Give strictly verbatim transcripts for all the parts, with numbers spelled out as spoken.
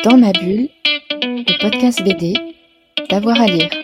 Dans ma bulle, le podcast B D, d'avoir à lire.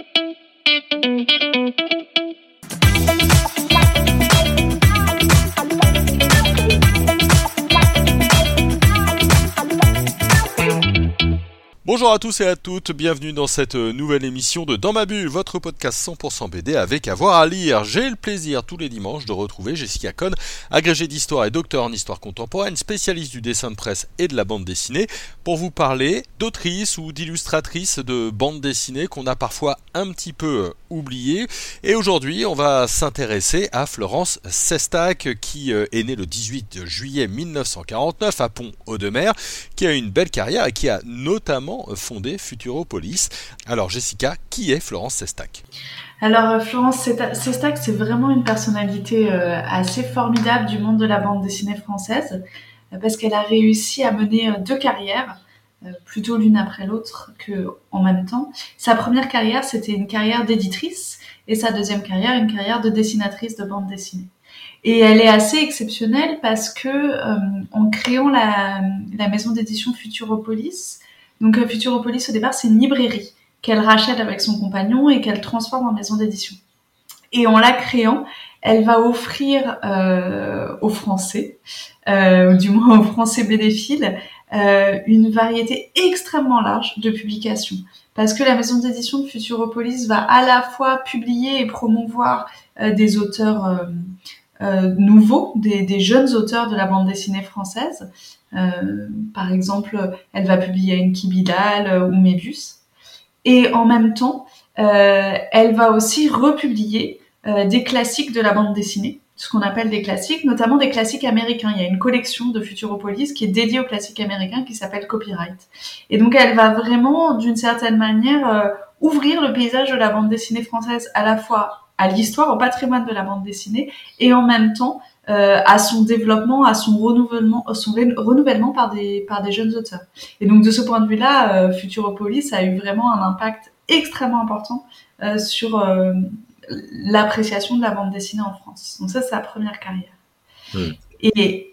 Bonjour à tous et à toutes, bienvenue dans cette nouvelle émission de Dans ma bulle, votre podcast cent pour cent B D avec avoir à lire. J'ai le plaisir tous les dimanches de retrouver Jessica Cohn, agrégée d'histoire et docteur en histoire contemporaine, spécialiste du dessin de presse et de la bande dessinée, pour vous parler d'autrices ou d'illustratrices de bande dessinée qu'on a parfois un petit peu oubliées. Et aujourd'hui, on va s'intéresser à Florence Sestak, qui est née le dix-huit juillet mille neuf cent quarante-neuf à Pont-Audemer, qui a une belle carrière et qui a notamment fondé Futuropolis. Alors Jessica, qui est Florence Sestak ? Alors Florence Sestak, c'est vraiment une personnalité euh, assez formidable du monde de la bande dessinée française, euh, parce qu'elle a réussi à mener euh, deux carrières, euh, plutôt l'une après l'autre qu'en même temps. Sa première carrière, c'était une carrière d'éditrice, et sa deuxième carrière, une carrière de dessinatrice de bande dessinée. Et elle est assez exceptionnelle parce que euh, en créant la, la maison d'édition Futuropolis, donc euh, Futuropolis au départ c'est une librairie qu'elle rachète avec son compagnon et qu'elle transforme en maison d'édition. Et en la créant, elle va offrir euh, aux Français, euh, ou du moins aux Français bédéphiles, euh, une variété extrêmement large de publications. Parce que la maison d'édition de Futuropolis va à la fois publier et promouvoir euh, des auteurs euh, euh, nouveaux, des, des jeunes auteurs de la bande dessinée française. Euh, par exemple, elle va publier Enki Bilal euh, ou Mébius. Et en même temps, euh, elle va aussi republier euh, des classiques de la bande dessinée, ce qu'on appelle des classiques, notamment des classiques américains. Il y a une collection de Futuropolis qui est dédiée aux classiques américains qui s'appelle Copyright. Et donc, elle va vraiment, d'une certaine manière, euh, ouvrir le paysage de la bande dessinée française à la fois à l'histoire, au patrimoine de la bande dessinée, et en même temps euh, à son développement, à son renouvellement, à son renouvellement par des par des jeunes auteurs. Et donc de ce point de vue-là, euh, Futuropolis a eu vraiment un impact extrêmement important euh, sur euh, l'appréciation de la bande dessinée en France. Donc ça, c'est sa première carrière. Mmh. Et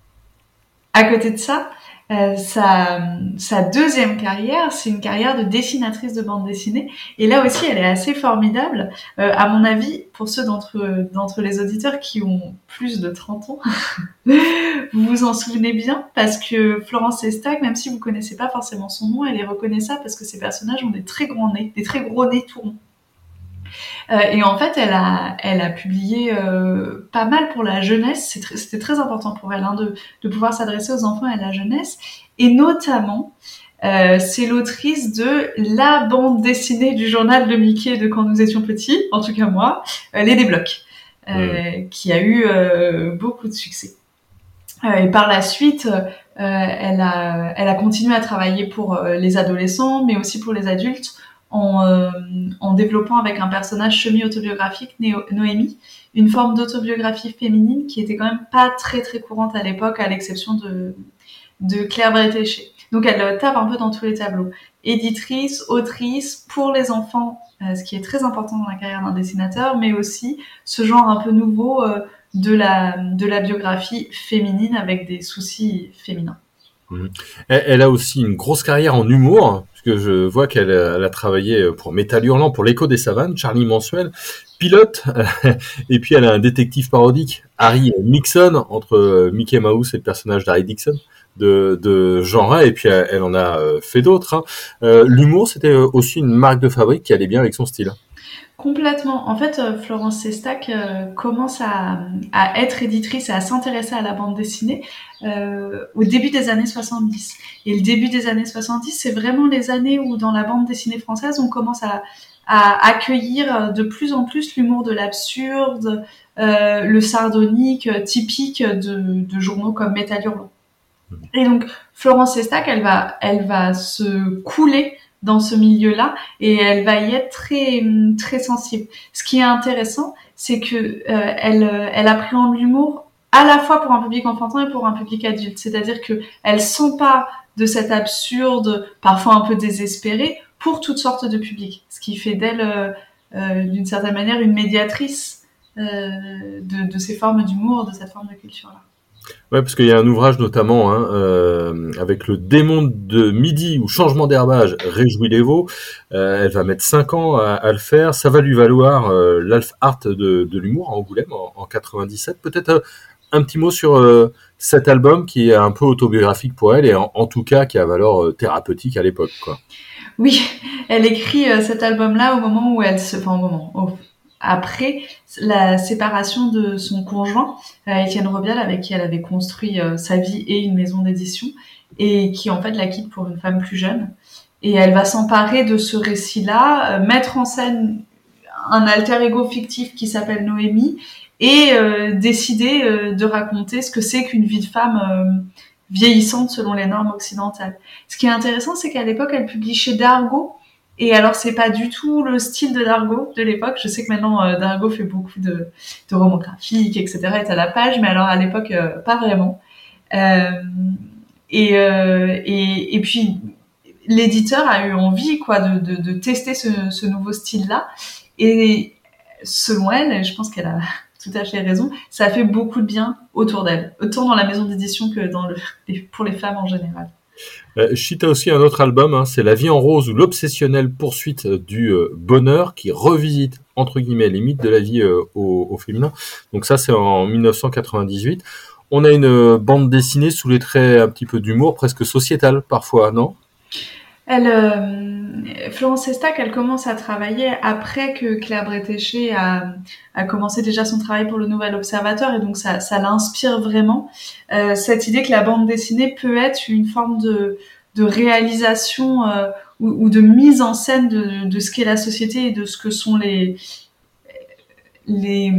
à côté de ça, euh, sa, sa deuxième carrière, c'est une carrière de dessinatrice de bande dessinée. Et là aussi, elle est assez formidable. Euh, à mon avis, pour ceux d'entre, d'entre les auditeurs qui ont plus de trente ans, vous vous en souvenez bien, parce que Florence Sestak, même si vous connaissez pas forcément son nom, elle est reconnaissable parce que ses personnages ont des très grands nez, des très gros nez tout ronds. Euh, et en fait, elle a, elle a publié euh, pas mal pour la jeunesse. C'est tr- c'était très important pour elle hein, de, de pouvoir s'adresser aux enfants et à la jeunesse. Et notamment, euh, c'est l'autrice de la bande dessinée du journal de Mickey de quand nous étions petits, en tout cas moi, euh, Les Déblocs, euh, mmh. qui a eu euh, beaucoup de succès. Euh, et par la suite, euh, elle a, elle a continué à travailler pour euh, les adolescents, mais aussi pour les adultes. En, euh, en développant avec un personnage semi-autobiographique, Néo- Noémie, une forme d'autobiographie féminine qui était quand même pas très très courante à l'époque, à l'exception de, de Claire Bretéché. Donc elle tape un peu dans tous les tableaux. Éditrice, autrice, pour les enfants, euh, ce qui est très important dans la carrière d'un dessinateur, mais aussi ce genre un peu nouveau euh, de, la, de la biographie féminine avec des soucis féminins. Mmh. Elle, elle a aussi une grosse carrière en humour, puisque je vois qu'elle elle a travaillé pour Métal Hurlant, pour l'Écho des Savanes, Charlie Mensuel, pilote, et puis elle a un détective parodique, Harry Nixon, entre Mickey Mouse et le personnage d'Harry Dixon, de, de genre, et puis elle, elle en a fait d'autres. Hein. Euh, l'humour, c'était aussi une marque de fabrique qui allait bien avec son style. Complètement. En fait, euh, Florence Sestak euh, commence à, à être éditrice et à s'intéresser à la bande dessinée euh, au début des années soixante-dix. Et le début des années soixante-dix, c'est vraiment les années où dans la bande dessinée française, on commence à, à accueillir de plus en plus l'humour de l'absurde, euh, le sardonique, typique de, de journaux comme Métal Hurlant. Et donc, Florence Sestak, elle va, elle va se couler dans ce milieu-là et elle va y être très très sensible. Ce qui est intéressant, c'est que euh, elle elle appréhende l'humour à la fois pour un public enfantin et pour un public adulte. C'est-à-dire que elle s'empare de cet absurde, parfois un peu désespéré, pour toutes sortes de publics. Ce qui fait d'elle, euh, euh, d'une certaine manière, une médiatrice euh, de, de ces formes d'humour, de cette forme de culture-là. Ouais, parce qu'il y a un ouvrage notamment hein, euh, avec le démon de midi ou changement d'herbage réjouit les veaux. Euh, elle va mettre cinq ans à, à le faire. Ça va lui valoir euh, l'Alf Art de, de l'humour à Angoulême en, en quatre-vingt-dix-sept. Peut-être euh, un petit mot sur euh, cet album qui est un peu autobiographique pour elle et en, en tout cas qui a valeur euh, thérapeutique à l'époque, quoi. Oui, elle écrit euh, cet album-là au moment où elle se, enfin au moment, au, après la séparation de son conjoint, euh, Étienne Robial, avec qui elle avait construit euh, sa vie et une maison d'édition, et qui en fait la quitte pour une femme plus jeune. Et elle va s'emparer de ce récit-là, euh, mettre en scène un alter ego fictif qui s'appelle Noémie, et euh, décider euh, de raconter ce que c'est qu'une vie de femme euh, vieillissante selon les normes occidentales. Ce qui est intéressant, c'est qu'à l'époque, elle publie chez Dargaud. Et alors, c'est pas du tout le style de Dargaud de l'époque. Je sais que maintenant, euh, Dargaud fait beaucoup de, de romans graphiques, et cetera, est à la page, mais alors à l'époque, euh, pas vraiment. Euh, et, euh, et, et puis, l'éditeur a eu envie, quoi, de, de, de tester ce, ce nouveau style-là. Et selon elle, je pense qu'elle a tout à fait raison, ça a fait beaucoup de bien autour d'elle, autant dans la maison d'édition que dans le, pour les femmes en général. Euh, je cite aussi un autre album, hein, c'est La vie en rose ou l'obsessionnelle poursuite du euh, bonheur qui revisite entre guillemets les mythes de la vie euh, au, au féminin. Donc ça c'est en dix-neuf cent quatre-vingt-dix-huit. On a une euh, bande dessinée sous les traits un petit peu d'humour, presque sociétal parfois, non ? Elle, euh, Florence Estac, elle commence à travailler après que Claire Bretéché a, a commencé déjà son travail pour le Nouvel Observateur, et donc ça, ça l'inspire vraiment. Euh, cette idée que la bande dessinée peut être une forme de, de réalisation euh, ou, ou de mise en scène de, de ce qu'est la société et de ce que sont les, les,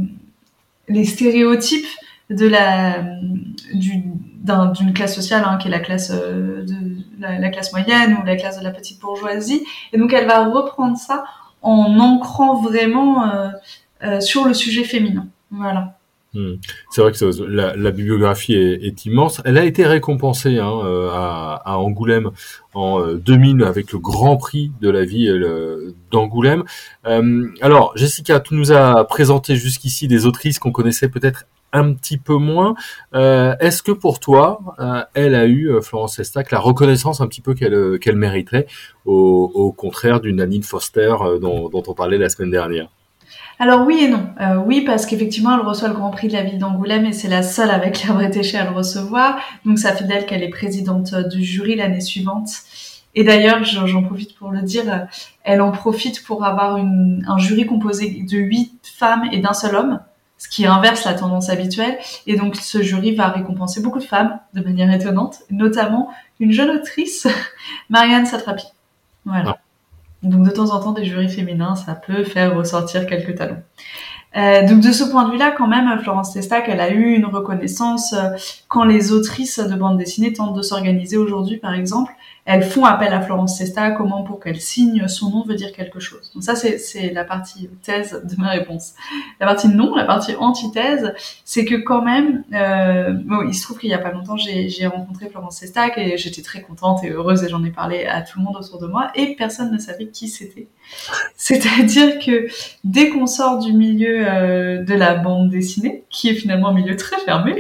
les stéréotypes de la, du, d'un, d'une classe sociale hein, qui est la classe euh, de la, la classe moyenne ou la classe de la petite bourgeoisie, et donc elle va reprendre ça en ancrant vraiment euh, euh, sur le sujet féminin. Voilà. Mmh. C'est vrai que ça, la, la bibliographie est, est immense. Elle a été récompensée hein, à, à Angoulême en deux mille avec le Grand Prix de la ville d'Angoulême. Euh, alors, Jessica, tu nous as présenté jusqu'ici des autrices qu'on connaissait peut-être un petit peu moins. Euh, est-ce que pour toi, euh, elle a eu, euh, Florence Estac, la reconnaissance un petit peu qu'elle, qu'elle mériterait, au, au contraire d'une Anine Foster euh, dont, dont on parlait la semaine dernière? Alors oui et non. Euh, oui, parce qu'effectivement, elle reçoit le Grand Prix de la ville d'Angoulême et c'est la seule avec Claire Bretéché à le recevoir. Donc ça fait d'elle qu'elle est présidente du jury l'année suivante. Et d'ailleurs, j'en profite pour le dire, elle en profite pour avoir une, un jury composé de huit femmes et d'un seul homme, ce qui inverse la tendance habituelle. Et donc ce jury va récompenser beaucoup de femmes de manière étonnante, notamment une jeune autrice, Marianne Satrapi. Voilà. Ah. Donc de temps en temps, des jurys féminins, ça peut faire ressortir quelques talents. Euh, donc de ce point de vue-là, quand même, Florence Estac, elle a eu une reconnaissance euh, quand les autrices de bande dessinée tentent de s'organiser aujourd'hui, par exemple. Elles font appel à Florence Estac, comment pour qu'elle signe son nom veut dire quelque chose. Donc ça, c'est, c'est la partie thèse de ma réponse. La partie non, la partie antithèse, c'est que quand même, euh, bon, il se trouve qu'il y a pas longtemps, j'ai, j'ai rencontré Florence Estac et j'étais très contente et heureuse et j'en ai parlé à tout le monde autour de moi et personne ne savait qui c'était. C'est-à-dire que dès qu'on sort du milieu euh, de la bande dessinée, qui est finalement un milieu très fermé,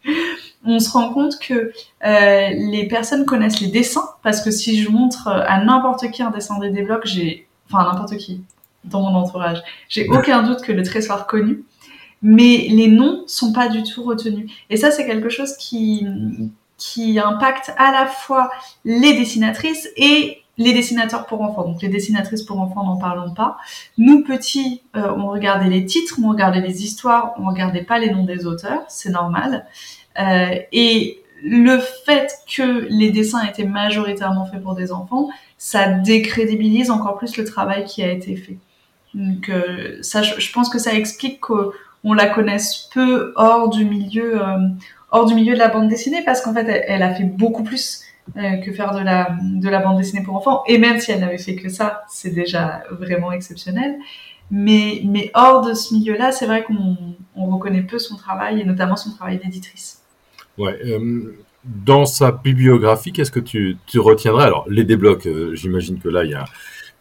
on se rend compte que euh, les personnes connaissent les dessins, parce que si je montre à n'importe qui un dessin des déblocs, j'ai, enfin n'importe qui dans mon entourage, j'ai aucun doute que le trait soit reconnu, mais les noms sont pas du tout retenus. Et ça, c'est quelque chose qui qui impacte à la fois les dessinatrices et les dessinateurs pour enfants. Donc les dessinatrices pour enfants, n'en parlons pas. Nous, petits, euh, on regardait les titres, on regardait les histoires, on regardait pas les noms des auteurs, c'est normal. Euh, et le fait que les dessins étaient majoritairement faits pour des enfants, ça décrédibilise encore plus le travail qui a été fait. Donc euh, ça, je, je pense que ça explique qu'on la connaisse peu hors du milieu, euh, hors du milieu de la bande dessinée, parce qu'en fait, elle, elle a fait beaucoup plus euh, que faire de la de la bande dessinée pour enfants. Et même si elle n'avait fait que ça, c'est déjà vraiment exceptionnel. Mais mais hors de ce milieu-là, c'est vrai qu'on on reconnaît peu son travail, et notamment son travail d'éditrice. Ouais. Euh, dans sa bibliographie, qu'est-ce que tu, tu retiendrais? Alors, les déblocs, euh, j'imagine que là, il y a,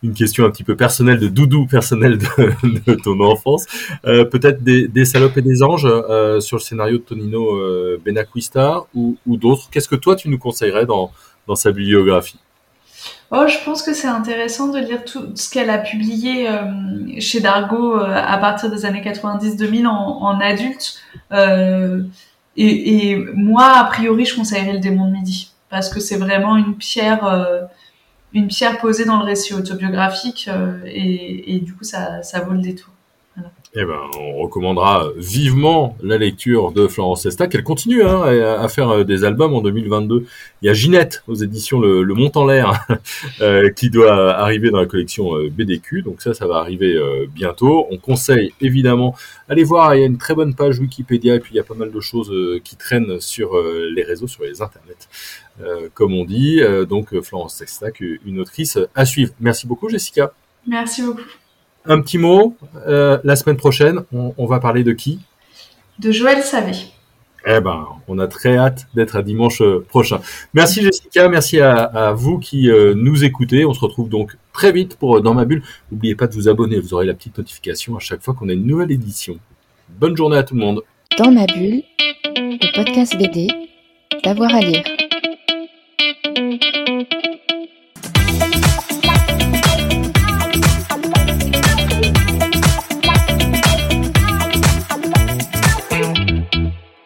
une question un petit peu personnelle, de doudou personnel de, de ton enfance. Euh, peut-être des, des salopes et des anges euh, sur le scénario de Tonino euh, Benacquista ou, ou d'autres. Qu'est-ce que toi tu nous conseillerais dans, dans sa bibliographie? Oh, je pense que c'est intéressant de lire tout ce qu'elle a publié euh, chez Dargaud euh, à partir des années quatre-vingt-dix deux mille en, en adulte. Euh, et, et moi, a priori, je conseillerais Le Démon de Midi parce que c'est vraiment une pierre, euh, une pierre posée dans le récit autobiographique euh, et, et du coup, ça, ça vaut le détour. Voilà. Eh ben, on recommandera vivement la lecture de Florence Sestac. Elle continue hein, à, à faire des albums en deux mille vingt-deux. Il y a Ginette aux éditions Le, le Mont en l'air euh, qui doit arriver dans la collection euh, B D Q. Donc ça, ça va arriver euh, bientôt. On conseille évidemment, allez voir, il y a une très bonne page Wikipédia et puis il y a pas mal de choses euh, qui traînent sur euh, les réseaux, sur les internets, euh, comme on dit. Euh, donc Florence Sestac, une autrice à suivre. Merci beaucoup, Jessica. Merci beaucoup. Un petit mot, euh, la semaine prochaine, on, on va parler de qui? De Joël Savé. Eh ben, on a très hâte d'être à dimanche prochain. Merci Jessica, merci à, à vous qui euh, nous écoutez. On se retrouve donc très vite pour Dans ma bulle. N'oubliez pas de vous abonner, vous aurez la petite notification à chaque fois qu'on a une nouvelle édition. Bonne journée à tout le monde. Dans ma bulle, le podcast B D, d'avoir à lire.